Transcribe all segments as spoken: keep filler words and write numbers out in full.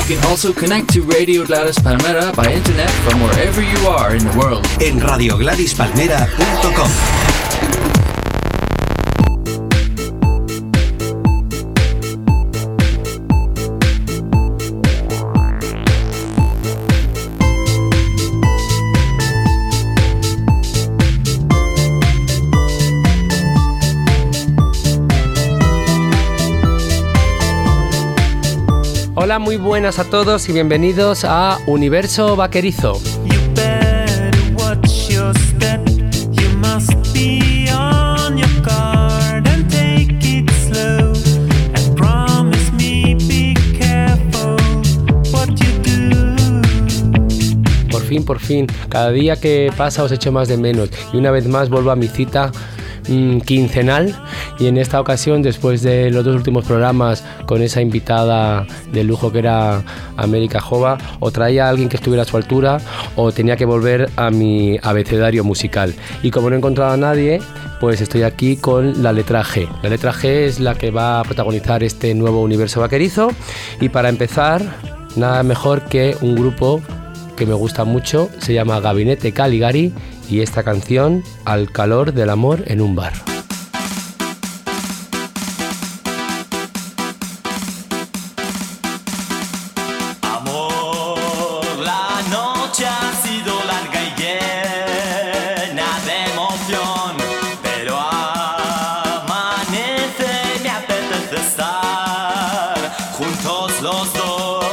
You can also connect to Radio Gladys Palmera by internet from wherever you are in the world. En radio gladys palmera punto com. Hola, muy buenas a todos y bienvenidos a Universo Vaquerizo. Por fin, por fin, cada día que pasa os echo más de menos y una vez más vuelvo a mi cita mmm, quincenal, y en esta ocasión, después de los dos últimos programas con esa invitada de lujo que era América Jova, o traía a alguien que estuviera a su altura o tenía que volver a mi abecedario musical, y como no he encontrado a nadie, pues estoy aquí con la letra G. La letra G es la que va a protagonizar este nuevo Universo Vaquerizo, y para empezar, nada mejor que un grupo que me gusta mucho, se llama Gabinete Caligari, y esta canción, Al calor del amor en un bar. Amor, la noche ha sido larga y llena de emoción, pero amanece, me apetece estar juntos los dos.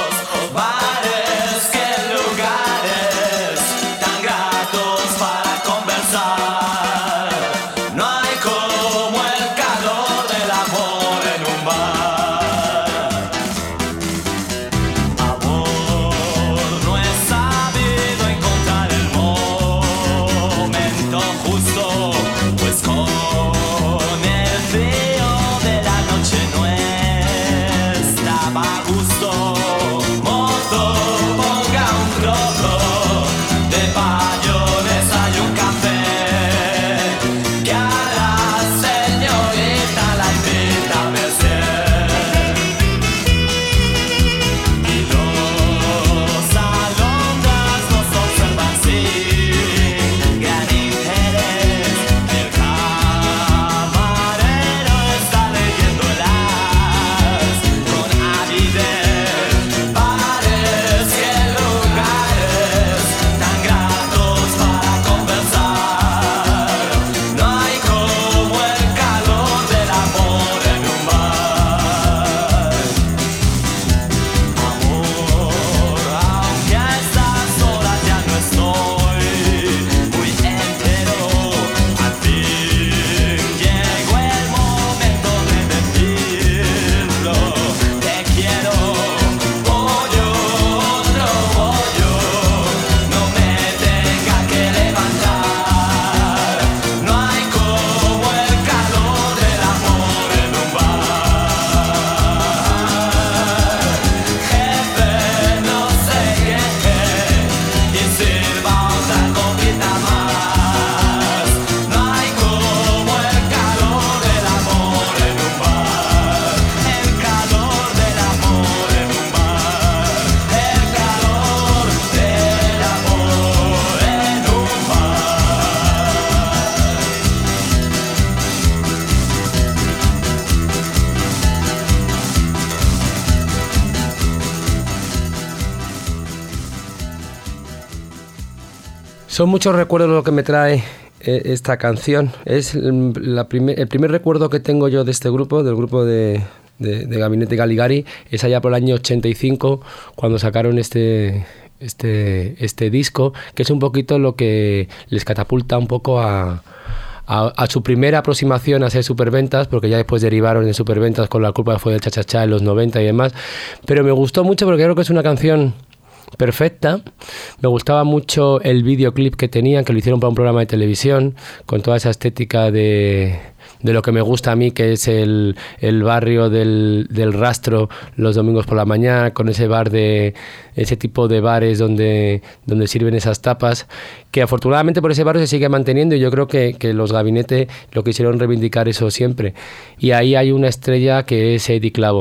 Son muchos recuerdos lo que me trae eh, esta canción. Es la primer, el primer recuerdo que tengo yo de este grupo, del grupo de, de, de Gabinete Caligari, es allá por el año ochenta y cinco, cuando sacaron este, este, este disco, que es un poquito lo que les catapulta un poco a... A, a su primera aproximación a ser superventas, porque ya después derivaron en superventas con La culpa fue del cha-cha-cha en los noventa y demás, pero me gustó mucho porque creo que es una canción perfecta. Me gustaba mucho el videoclip que tenían, que lo hicieron para un programa de televisión, con toda esa estética de, de lo que me gusta a mí, que es el, el barrio del, del Rastro los domingos por la mañana, con ese bar de ese tipo de bares donde, donde sirven esas tapas, que afortunadamente por ese barrio se sigue manteniendo, y yo creo que, que los Gabinete lo quisieron reivindicar eso siempre. Y ahí hay una estrella que es Eddie Clavo,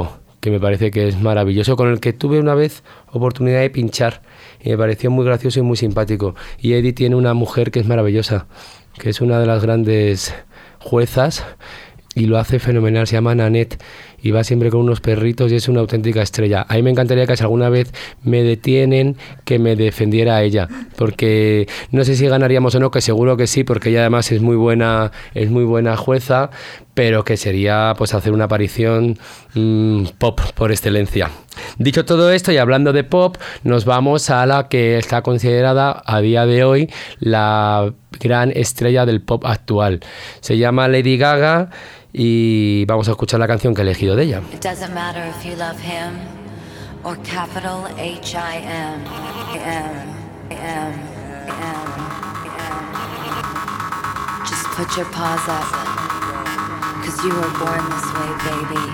que me parece que es maravilloso, con el que tuve una vez oportunidad de pinchar y me pareció muy gracioso y muy simpático. Y Eddie tiene una mujer que es maravillosa, que es una de las grandes juezas y lo hace fenomenal, se llama Nanette y va siempre con unos perritos y es una auténtica estrella. A mí me encantaría que si alguna vez me detienen, que me defendiera a ella, porque no sé si ganaríamos o no, que seguro que sí, porque ella además es muy buena, es muy buena jueza, pero que sería pues hacer una aparición mmm, pop por excelencia. Dicho todo esto y hablando de pop, nos vamos a la que está considerada a día de hoy la gran estrella del pop actual. Se llama Lady Gaga y vamos a escuchar la canción que he elegido de ella. It doesn't matter if you love him or capital H I M M M M M. Just put your paws up, 'cause you were born this way, baby.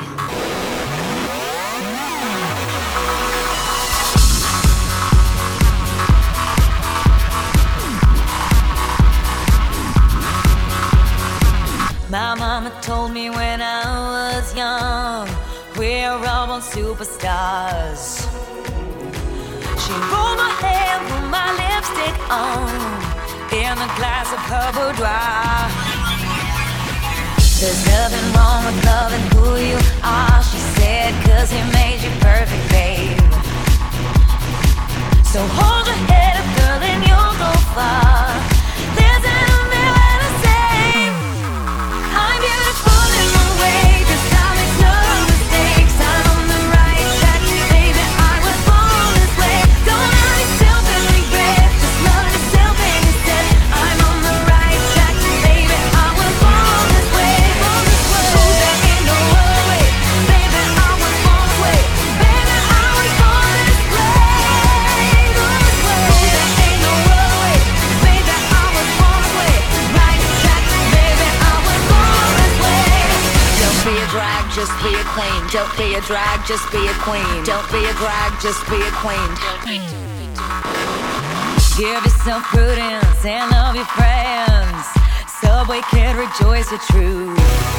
My mama told me when I was young, we're all born superstars. She rolled my hair, put my lipstick on, in a glass of her boudoir. There's nothing wrong with loving who you are, she said, 'cause he made you perfect, babe. So hold your head up, girl, and you'll go far. There's an just be a queen. Don't be a drag, just be a queen. Don't be a drag, just be a queen. Give yourself prudence and love your friends. Subway kid, rejoice your truth.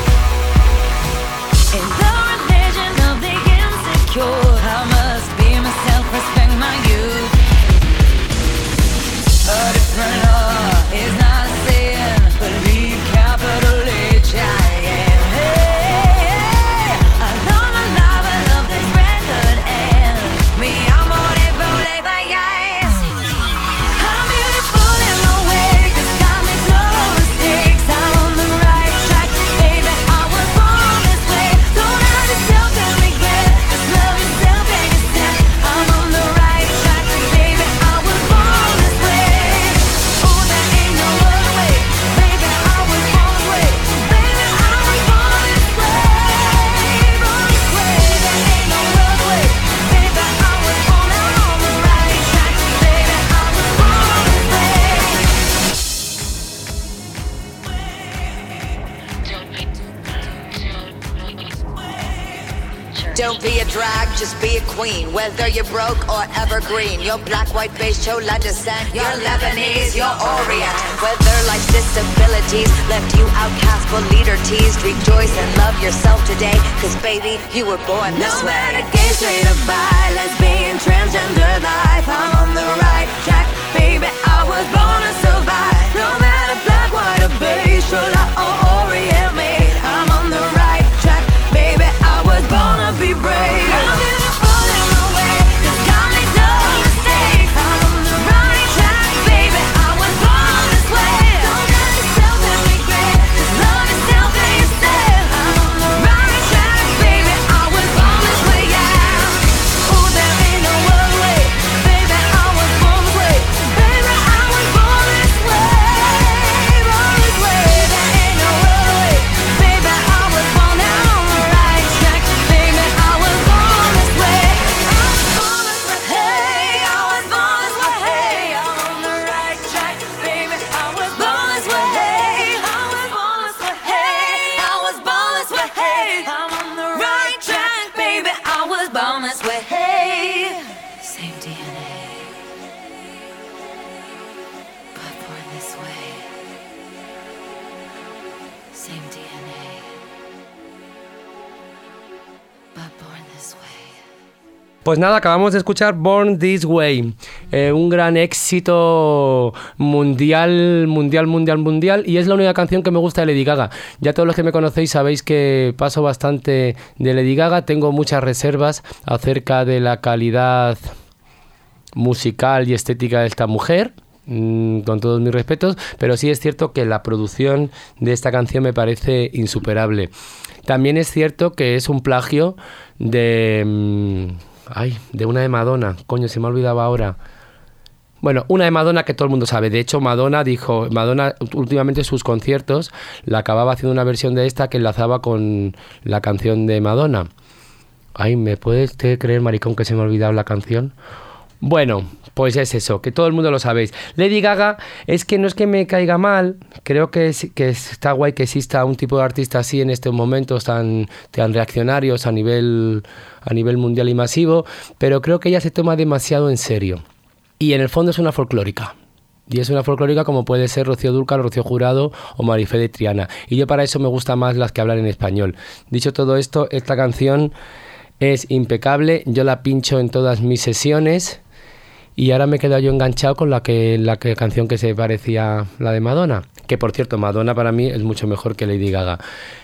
In the religion of the insecure, I must be myself, respect my youth. A different law is not a sin. Believe capital H I M. Don't be a drag, just be a queen. Whether you're broke or evergreen, you're black, white, beige, chola descent, you're Lebanese, you're Orient. Whether life's disabilities left you outcast but leader teased, rejoice and love yourself today, 'cause baby, you were born this no way. No matter gay, straight or bi, lesbian, transgender life, I'm on the right track, baby, I was born to survive. No matter black, white or beige, chola or Orient made, I'm on the right track, baby, I was born to be brave. I'm beautiful in my way, 'cause God makes no mistakes. I'm on the right track, baby, I was born this way. Don't judge yourself and regret, just love yourself and yourself. I'm on the right track, baby, I was born this way, yeah. Ooh, there ain't Pues nada, acabamos de escuchar Born This Way, eh, un gran éxito mundial, mundial, mundial, mundial, y es la única canción que me gusta de Lady Gaga. Ya todos los que me conocéis sabéis que paso bastante de Lady Gaga, tengo muchas reservas acerca de la calidad musical y estética de esta mujer, mmm, con todos mis respetos, pero sí es cierto que la producción de esta canción me parece insuperable. También es cierto que es un plagio de... Mmm, ay, de una de Madonna. Coño, se me ha olvidado ahora. Bueno, una de Madonna que todo el mundo sabe. De hecho, Madonna dijo... Madonna, últimamente sus conciertos, la acababa haciendo una versión de esta que enlazaba con la canción de Madonna. Ay, ¿me puedes creer, maricón, que se me ha olvidado la canción? Bueno, pues es eso, que todo el mundo lo sabéis. Lady Gaga es que no es que me caiga mal, creo que, es, que está guay que exista un tipo de artista así en estos momentos tan, tan reaccionarios a nivel, a nivel mundial y masivo, pero creo que ella se toma demasiado en serio. Y en el fondo es una folclórica. Y es una folclórica como puede ser Rocío Dúrcal, Rocío Jurado o Marifé de Triana. Y yo para eso me gusta más las que hablan en español. Dicho todo esto, esta canción es impecable, yo la pincho en todas mis sesiones. Y ahora me he quedado yo enganchado con la que la que, canción que se parecía a la de Madonna. Que por cierto, Madonna para mí es mucho mejor que Lady Gaga.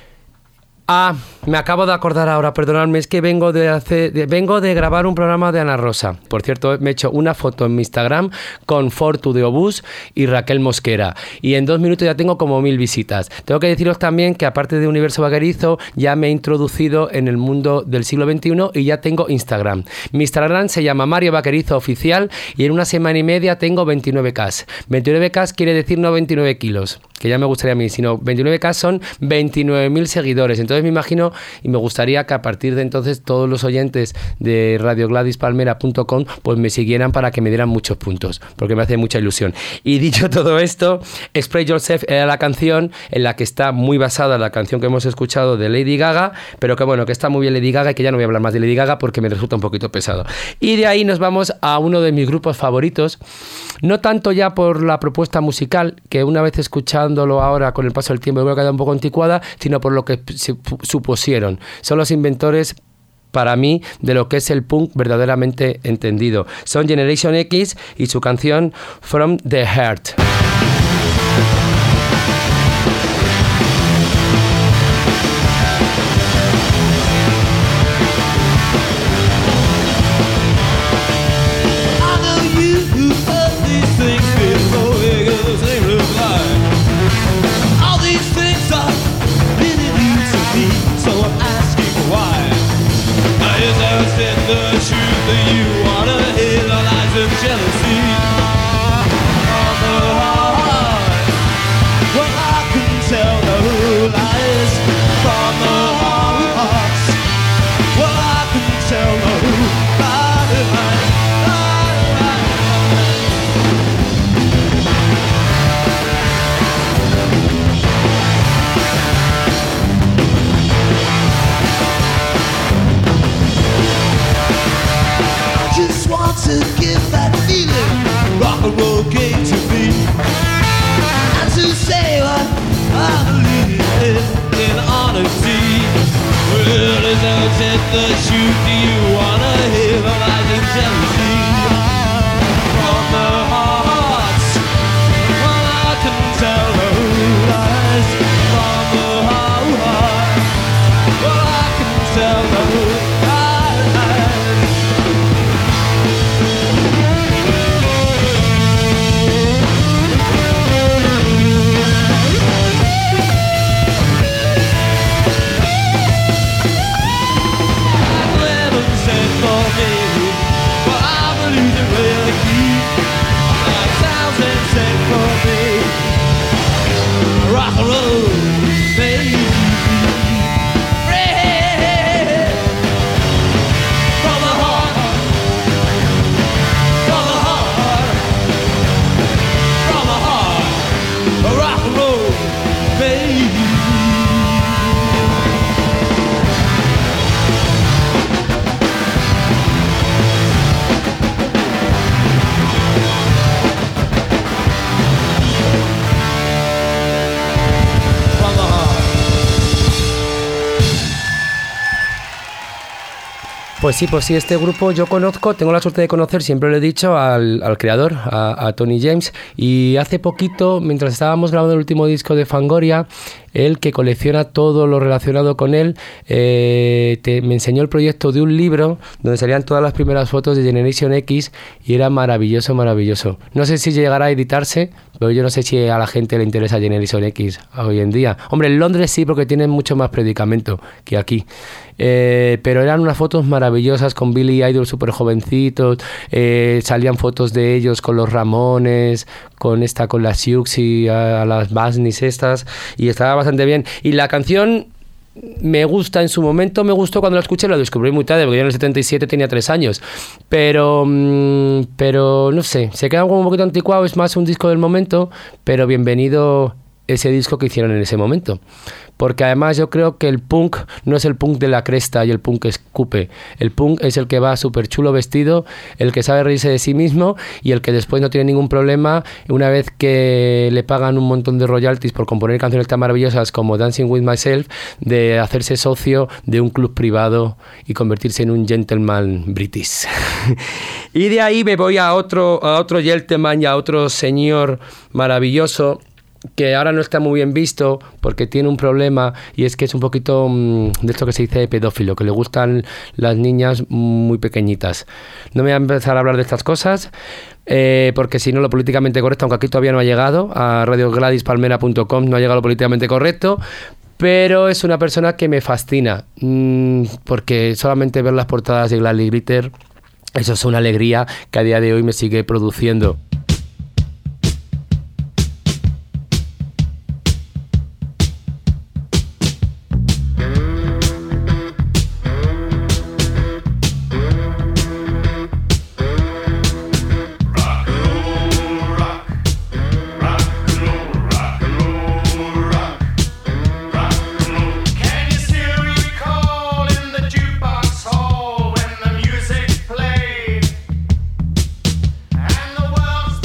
Ah, me acabo de acordar ahora, perdonadme, es que vengo de, hacer, de, vengo de grabar un programa de Ana Rosa. Por cierto, me he hecho una foto en mi Instagram con Fortu de Obús y Raquel Mosquera. Y en dos minutos ya tengo como mil visitas. Tengo que deciros también que aparte de Universo Vaquerizo, ya me he introducido en el mundo del siglo veintiuno y ya tengo Instagram. Mi Instagram se llama Mario Vaquerizo Oficial y en una semana y media tengo veintinueve K. veintinueve K quiere decir no veintinueve kilos, que ya me gustaría a mí, sino veintinueve K son veintinueve mil seguidores. Entonces me imagino y me gustaría que a partir de entonces todos los oyentes de radio gladys palmera punto com pues me siguieran para que me dieran muchos puntos, porque me hace mucha ilusión. Y dicho todo esto, Express Yourself era la canción en la que está muy basada la canción que hemos escuchado de Lady Gaga, pero que bueno, que está muy bien Lady Gaga y que ya no voy a hablar más de Lady Gaga porque me resulta un poquito pesado. Y de ahí nos vamos a uno de mis grupos favoritos, no tanto ya por la propuesta musical, que una vez escuchándolo ahora con el paso del tiempo creo que queda un poco anticuada, sino por lo que supusieron. Son los inventores para mí de lo que es el punk verdaderamente entendido. Son Generation X y su canción From the Heart. For me Pues sí, pues sí, este grupo yo conozco, tengo la suerte de conocer, siempre lo he dicho, al, al creador, a, a Tony James, y hace poquito, mientras estábamos grabando el último disco de Fangoria, él, que colecciona todo lo relacionado con él, eh, te, me enseñó el proyecto de un libro donde salían todas las primeras fotos de Generation X y era maravilloso, maravilloso. No sé si llegará a editarse, pero yo no sé si a la gente le interesa Generation X hoy en día. Hombre, en Londres sí, porque tienen mucho más predicamento que aquí. Eh, pero eran unas fotos maravillosas con Billy Idol súper jovencitos, eh, salían fotos de ellos con los Ramones, con esta, con las Sioux y a, a las Basnis estas, y estaba bastante bien. Y la canción me gusta, en su momento me gustó cuando la escuché, la descubrí muy tarde, porque yo en el setenta y siete tenía tres años, pero, mmm, pero no sé, se queda como un poquito anticuado, es más un disco del momento, pero bienvenido ese disco que hicieron en ese momento. Porque además yo creo que el punk no es el punk de la cresta y el punk que escupe. El punk es el que va súper chulo vestido, el que sabe reírse de sí mismo y el que después no tiene ningún problema una vez que le pagan un montón de royalties por componer canciones tan maravillosas como Dancing With Myself, de hacerse socio de un club privado y convertirse en un gentleman british. Y de ahí me voy a otro, a otro gentleman y a otro señor maravilloso que ahora no está muy bien visto porque tiene un problema, y es que es un poquito mmm, de esto que se dice pedófilo, que le gustan las niñas muy pequeñitas. No me voy a empezar a hablar de estas cosas eh, porque si no, lo políticamente correcto, aunque aquí todavía no ha llegado a radio gladys palmera punto com, no ha llegado lo políticamente correcto, pero es una persona que me fascina mmm, porque solamente ver las portadas de Gladys Glitter, eso es una alegría que a día de hoy me sigue produciendo. And the world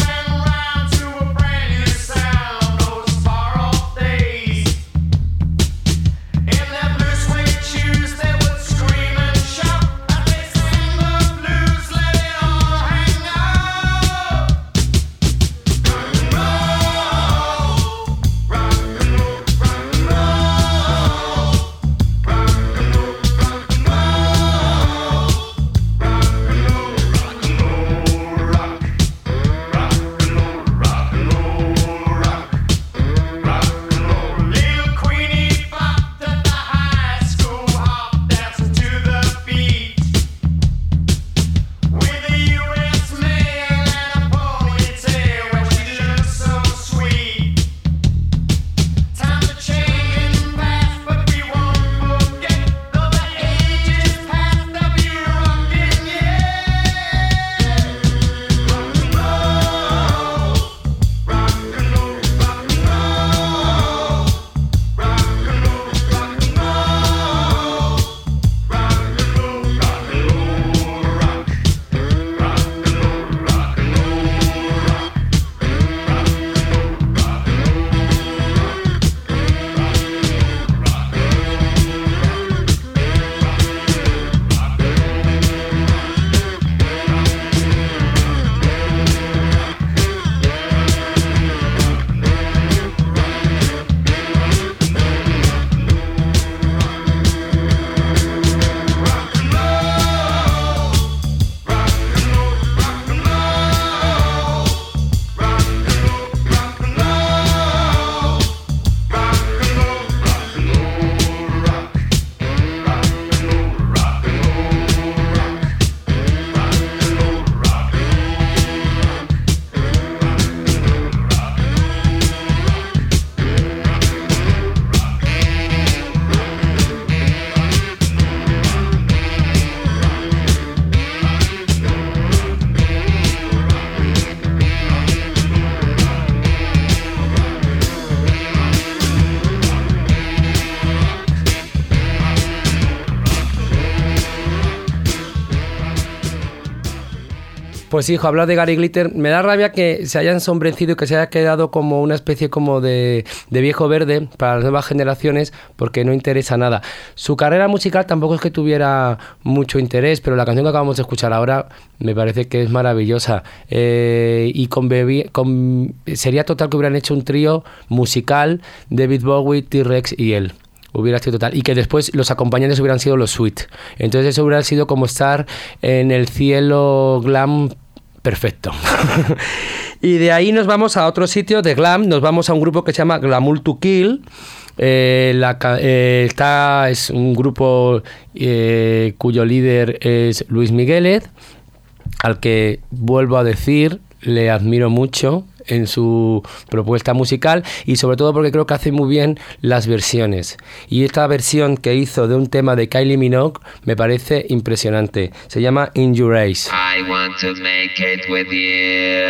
Pues hijo, hablar de Gary Glitter, me da rabia que se haya ensombrecido y que se haya quedado como una especie como de, de viejo verde para las nuevas generaciones, porque no interesa nada. Su carrera musical tampoco es que tuviera mucho interés, pero la canción que acabamos de escuchar ahora me parece que es maravillosa. Eh, y con, Baby, con sería total que hubieran hecho un trío musical, David Bowie, T-Rex y él. Hubiera sido total. Y que después los acompañantes hubieran sido los Sweet. Entonces eso hubiera sido como estar en el cielo glam perfecto. Y de ahí nos vamos a otro sitio de glam. Nos vamos a un grupo que se llama Glamour to Kill. Eh, la, eh, está, es un grupo eh, cuyo líder es Luis Miguelet, al que vuelvo a decir, le admiro mucho en su propuesta musical y sobre todo porque creo que hace muy bien las versiones, y esta versión que hizo de un tema de Kylie Minogue me parece impresionante. Se llama In Your Eyes. I want to make it with you.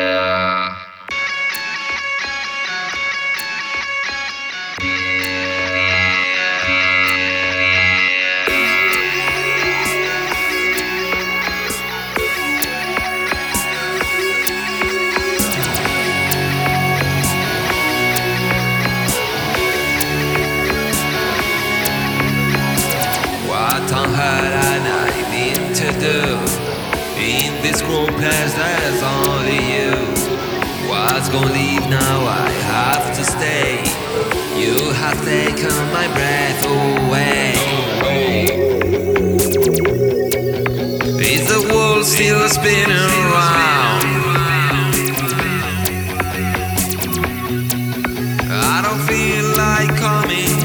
In this cool place there's only you. What's gonna leave now? I have to stay. You have taken my breath away. Is the world still spinning around? I don't feel like coming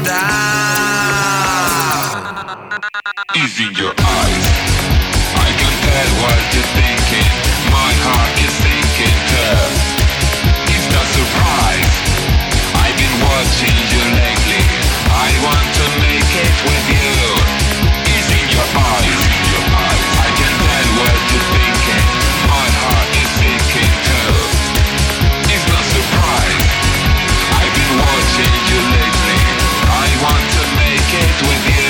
down. It's in your eyes. I can tell what you're thinking. My heart is thinking too. It's no surprise. I've been watching you lately. I want to make it with you. It's in your eyes. I can tell what you're thinking. My heart is thinking too. It's no surprise. I've been watching you lately. I want to make it with you.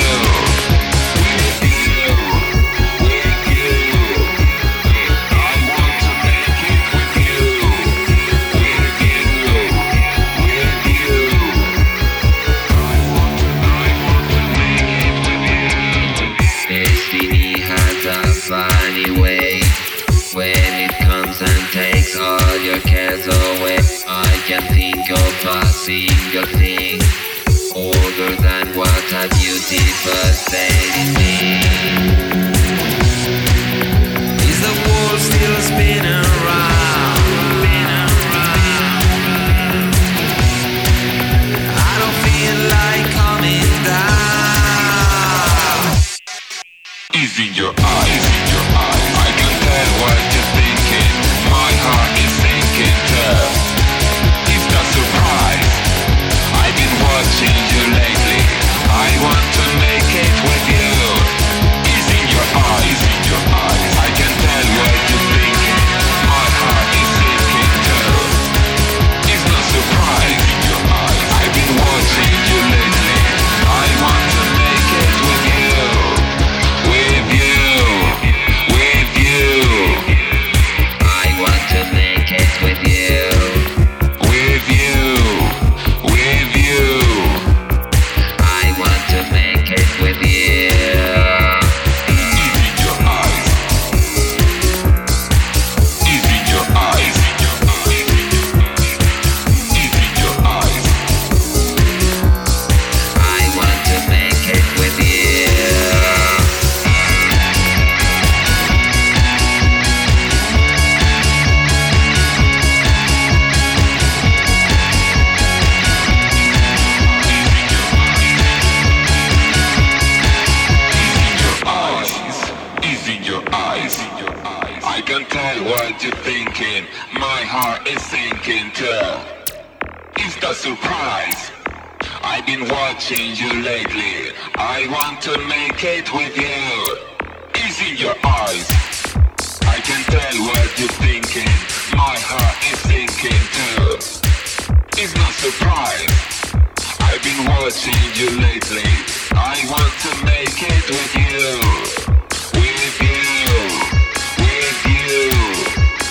All your cares away. I can think of a single thing older than what a beauty first made in me. Is the world still spinning around? Spinning around. I don't feel like coming down. It's in your eyes, in your eyes. I can tell what you're thinking. My heart is thinking too. It's no surprise. I've been watching you lately. I want to make it with you. It's in your eyes, in your eyes. I can tell what you're thinking. My heart is thinking too. It's no surprise. In your eyes. I've been watching you lately. I want to make it with you. With you. With you. To make it with you, with you, with you. I want to make it with you. It's in your eyes. It's in your eyes. It's in your eyes. I want to make it with you. I can tell what you're thinking. My heart is thinking too. It's the surprise. I've been watching you lately. I want to make it with you. It's in your eyes. I can tell what you're thinking. My heart is thinking too. It's no surprise. I've been watching you lately. I want to make it with you. With you. With you.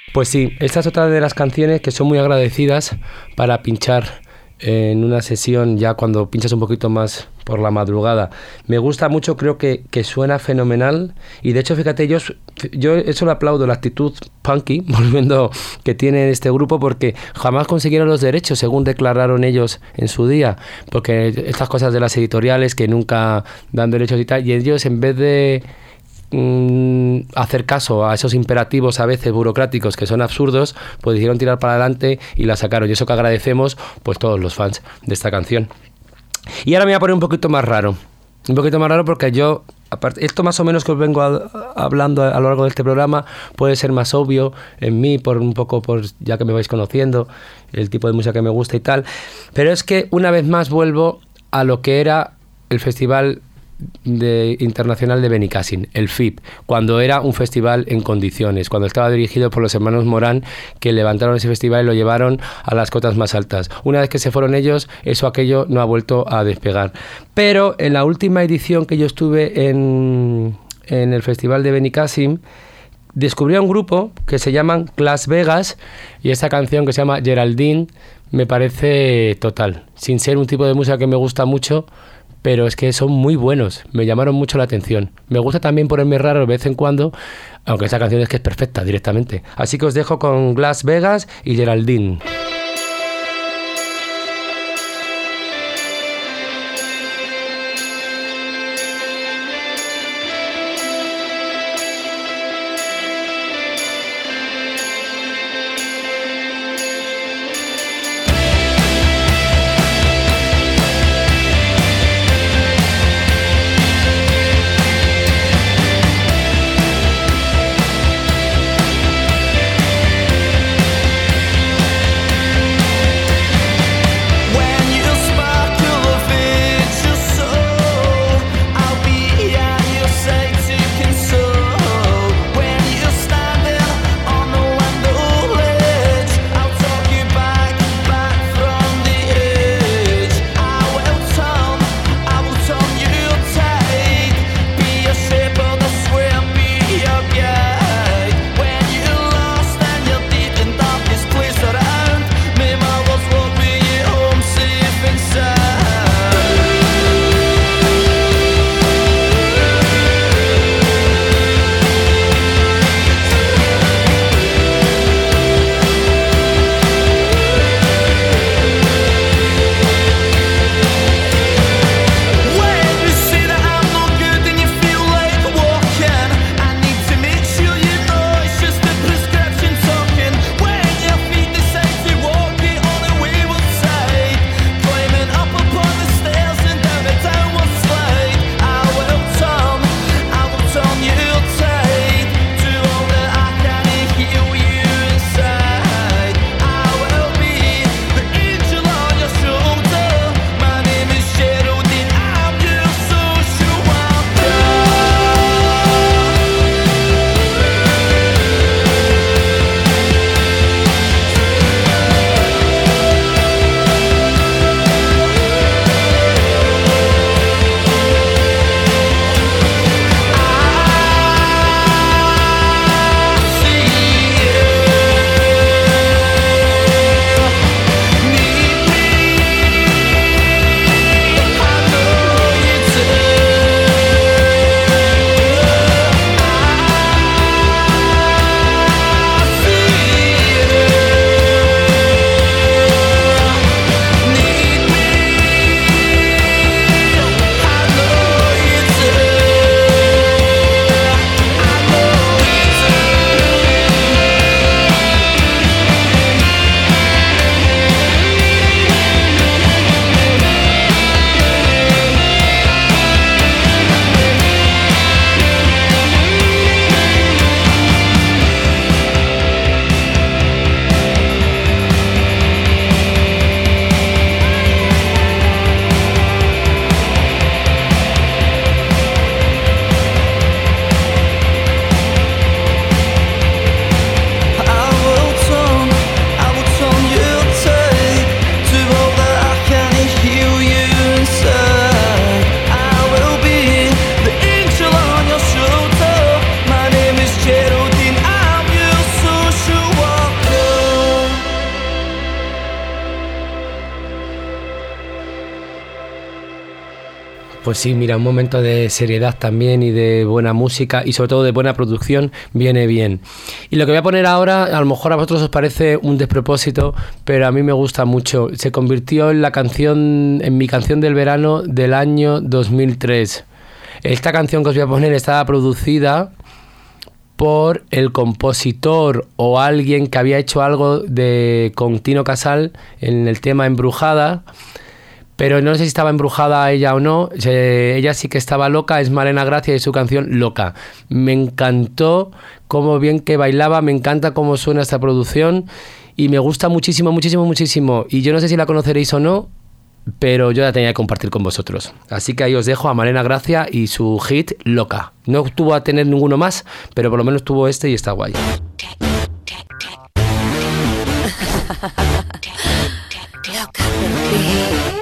Pues sí, esta es otra de las canciones que son muy agradecidas para pinchar en una sesión ya cuando pinchas un poquito más por la madrugada. Me gusta mucho, creo que, que suena fenomenal y de hecho fíjate, yo, yo eso lo aplaudo, la actitud punky, volviendo, que tiene este grupo, porque jamás consiguieron los derechos según declararon ellos en su día, porque estas cosas de las editoriales que nunca dan derechos y tal, y ellos en vez de hacer caso a esos imperativos a veces burocráticos que son absurdos, pues decidieron tirar para adelante y la sacaron, y eso que agradecemos pues todos los fans de esta canción. Y ahora me voy a poner un poquito más raro, un poquito más raro porque yo, aparte, esto más o menos que os vengo a, hablando a, a lo largo de este programa puede ser más obvio en mí, por un poco, por ya que me vais conociendo, el tipo de música que me gusta y tal, pero es que una vez más vuelvo a lo que era el festival de, internacional de Benicàssim, el F I P, cuando era un festival en condiciones, cuando estaba dirigido por los hermanos Morán, que levantaron ese festival y lo llevaron a las cotas más altas. Una vez que se fueron ellos, eso aquello no ha vuelto a despegar. Pero en la última edición que yo estuve en, en el festival de Benicàssim, descubrí a un grupo que se llaman Las Vegas, y esta canción que se llama Geraldine me parece total, sin ser un tipo de música que me gusta mucho, pero es que son muy buenos, me llamaron mucho la atención. Me gusta también ponerme raro de vez en cuando, aunque esta canción es que es perfecta directamente. Así que os dejo con Las Vegas y Geraldine. Thank Pues sí, mira, un momento de seriedad también y de buena música y sobre todo de buena producción viene bien. Y lo que voy a poner ahora, a lo mejor a vosotros os parece un despropósito, pero a mí me gusta mucho. Se convirtió en la canción, en mi canción del verano del año dos mil tres. Esta canción que os voy a poner estaba producida por el compositor o alguien que había hecho algo de con Tino Casal en el tema Embrujada. Pero no sé si estaba embrujada ella o no. Eh, ella sí que estaba loca, es Malena Gracia y su canción Loca. Me encantó cómo bien que bailaba, me encanta cómo suena esta producción y me gusta muchísimo, muchísimo, muchísimo. Y yo no sé si la conoceréis o no, pero yo la tenía que compartir con vosotros. Así que ahí os dejo a Malena Gracia y su hit Loca. No tuvo a tener ninguno más, pero por lo menos tuvo este y está guay. Loca por ti.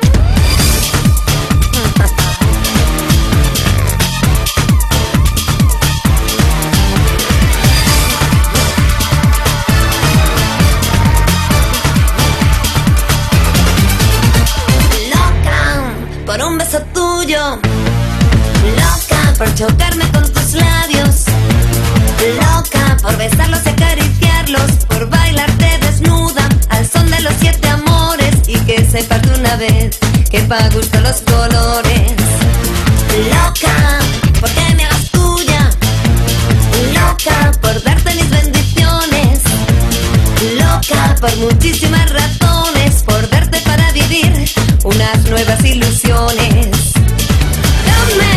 Por un beso tuyo, loca por chocarme con tus labios, loca por besarlos y acariciarlos, por bailarte desnuda al son de los siete amores y que sepas de una vez que pa' gusto los colores. Loca porque me hagas tuya, loca por darte mis bendiciones, loca por muchísimas razones, por darte para vivir unas nuevas ilusiones. Dame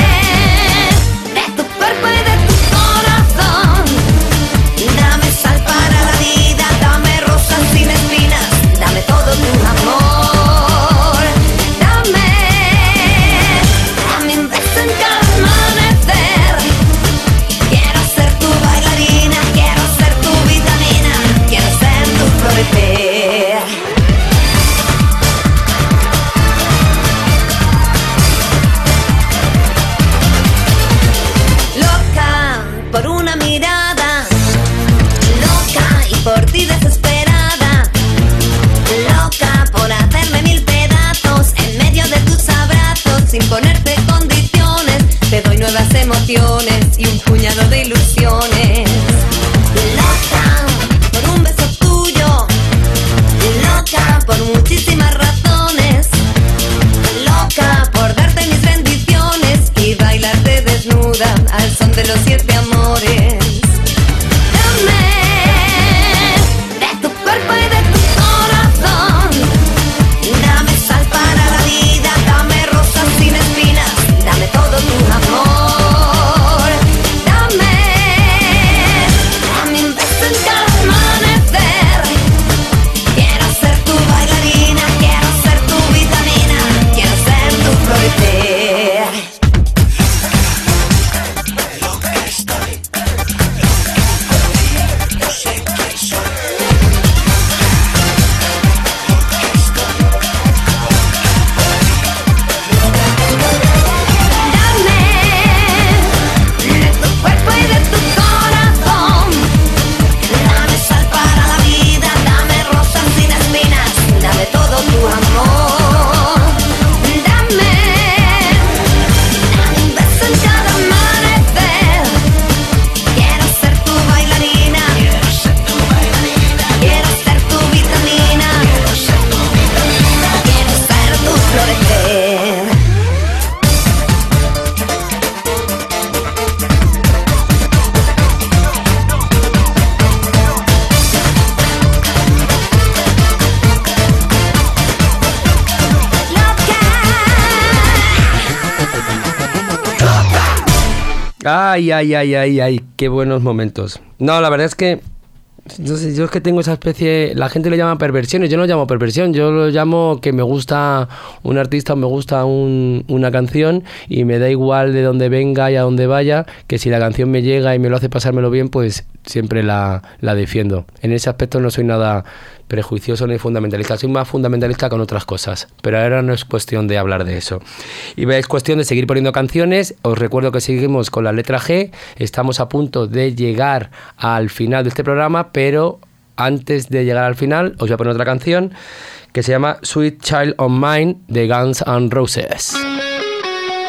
de tu cuerpo y de tu corazón, dame sal para la vida, dame rosas sin espinas, dame todo tu amor. Dame, dame un beso en cada amanecer. Quiero ser tu bailarina, quiero ser tu vitamina, quiero ser tu florecer. Por una mirada, loca y por ti desesperada, loca por hacerme mil pedazos en medio de tus abrazos, sin ponerte condiciones, te doy nuevas emociones y un puñado de ilusiones. Loca por un beso tuyo, loca por muchísimas razones, loca por darte mis bendiciones y bailarte desnuda al son de los siete amores. Dame de tu cuerpo y de tu corazón, dame sal para la vida, dame rosas sin espinas, dame todo tu amor. Dame, dame un beso en cada amanecer. Quiero ser tu bailarina, quiero ser tu vitamina, quiero ser tu florecer. Ay, ay, ay, ay, ay, qué buenos momentos. No, la verdad es que no sé, yo es que tengo esa especie, la gente le llama perversiones, yo no lo llamo perversión, yo lo llamo que me gusta un artista o me gusta un, una canción y me da igual de dónde venga y a dónde vaya, que si la canción me llega y me lo hace pasármelo bien, pues siempre la, la defiendo. En ese aspecto no soy nada prejuicioso ni fundamentalista, soy más fundamentalista con otras cosas, pero ahora no es cuestión de hablar de eso. Y es cuestión de seguir poniendo canciones. Os recuerdo que seguimos con la letra G, estamos a punto de llegar al final de este programa, pero antes de llegar al final os voy a poner otra canción que se llama Sweet Child of Mine de Guns N' Roses.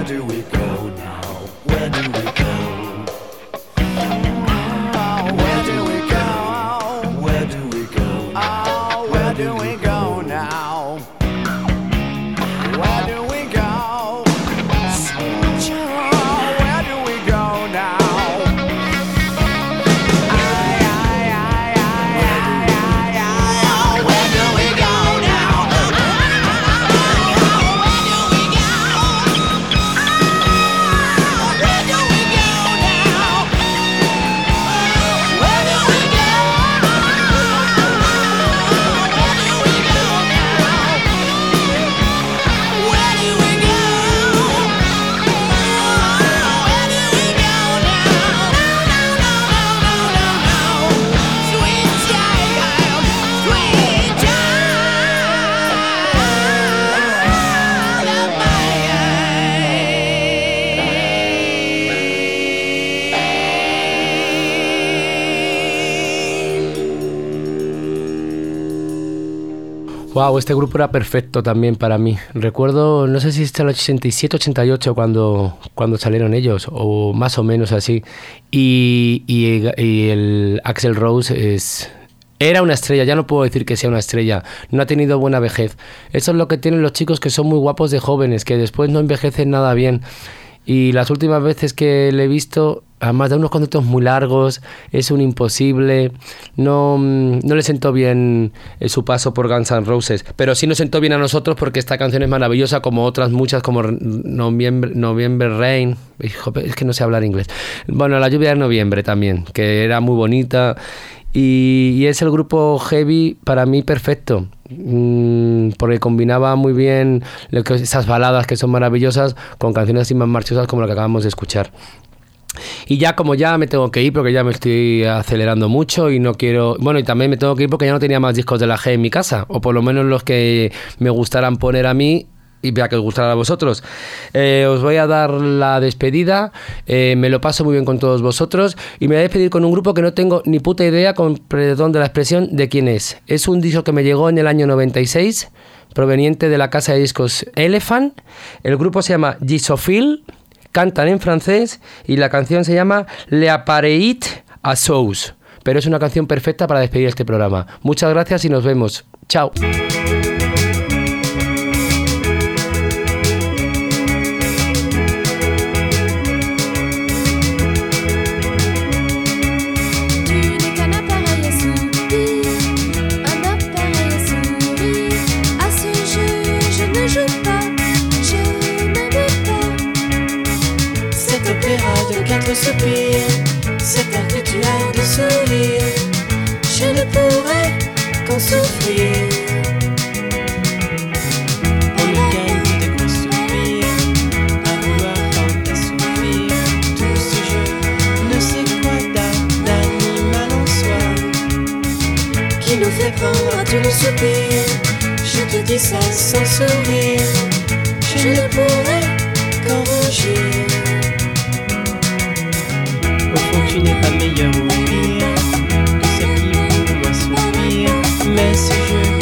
do we go now? Where do we go? Oh, where do we go? Where do we go? Oh, where do we go now? Where do we go? Oh, where do we go now? Ay, ay, ay, ay, ay, ay, ay, oh, where do we go now? Wow, este grupo era perfecto también para mí. Recuerdo, no sé si está el ochenta y siete, ochenta y ocho cuando, cuando salieron ellos, o más o menos así. Y, y, y el Axl Rose es... Era una estrella, ya no puedo decir que sea una estrella, no ha tenido buena vejez. Eso es lo que tienen los chicos que son muy guapos de jóvenes, que después no envejecen nada bien. Y las últimas veces que le he visto, además de unos conciertos muy largos, es un imposible, no, no le sentó bien su paso por Guns N' Roses, pero sí nos sentó bien a nosotros porque esta canción es maravillosa, como otras muchas, como Noviembre, Noviembre Rain, hijo, es que no sé hablar inglés, bueno, La lluvia de noviembre también, que era muy bonita. Y, y es el grupo heavy para mí perfecto, mmm, porque combinaba muy bien lo que, esas baladas que son maravillosas con canciones así más marchosas como la que acabamos de escuchar. Y ya como ya me tengo que ir porque ya me estoy acelerando mucho y no quiero... Bueno, y también me tengo que ir porque ya no tenía más discos de la G en mi casa, o por lo menos los que me gustaran poner a mí y vea que os gustará a vosotros. Eh, os voy a dar la despedida, eh, me lo paso muy bien con todos vosotros y me voy a despedir con un grupo que no tengo ni puta idea, con perdón de la expresión, de quién es. Es un disco que me llegó en el año noventa y seis, proveniente de la casa de discos Elephant. El grupo se llama Gisophile, cantan en francés y la canción se llama Le Appareil à Sauce, pero es una canción perfecta para despedir este programa. Muchas gracias y nos vemos. Chao. Soupir, cet art que tu as de sourire, je ne pourrais qu'en souffrir. On me gagne de gros soupirs, à vouloir tant t'assouvir. Tout ce jeu, ne sais quoi d'animal en soi, qui nous fait prendre à tous nos soupirs. Je te dis ça sans sourire, je ne pourrais qu'en rougir. Au fond tu n'es pas meilleur ou pire que celle qui pour moi soupire, mais ce jeu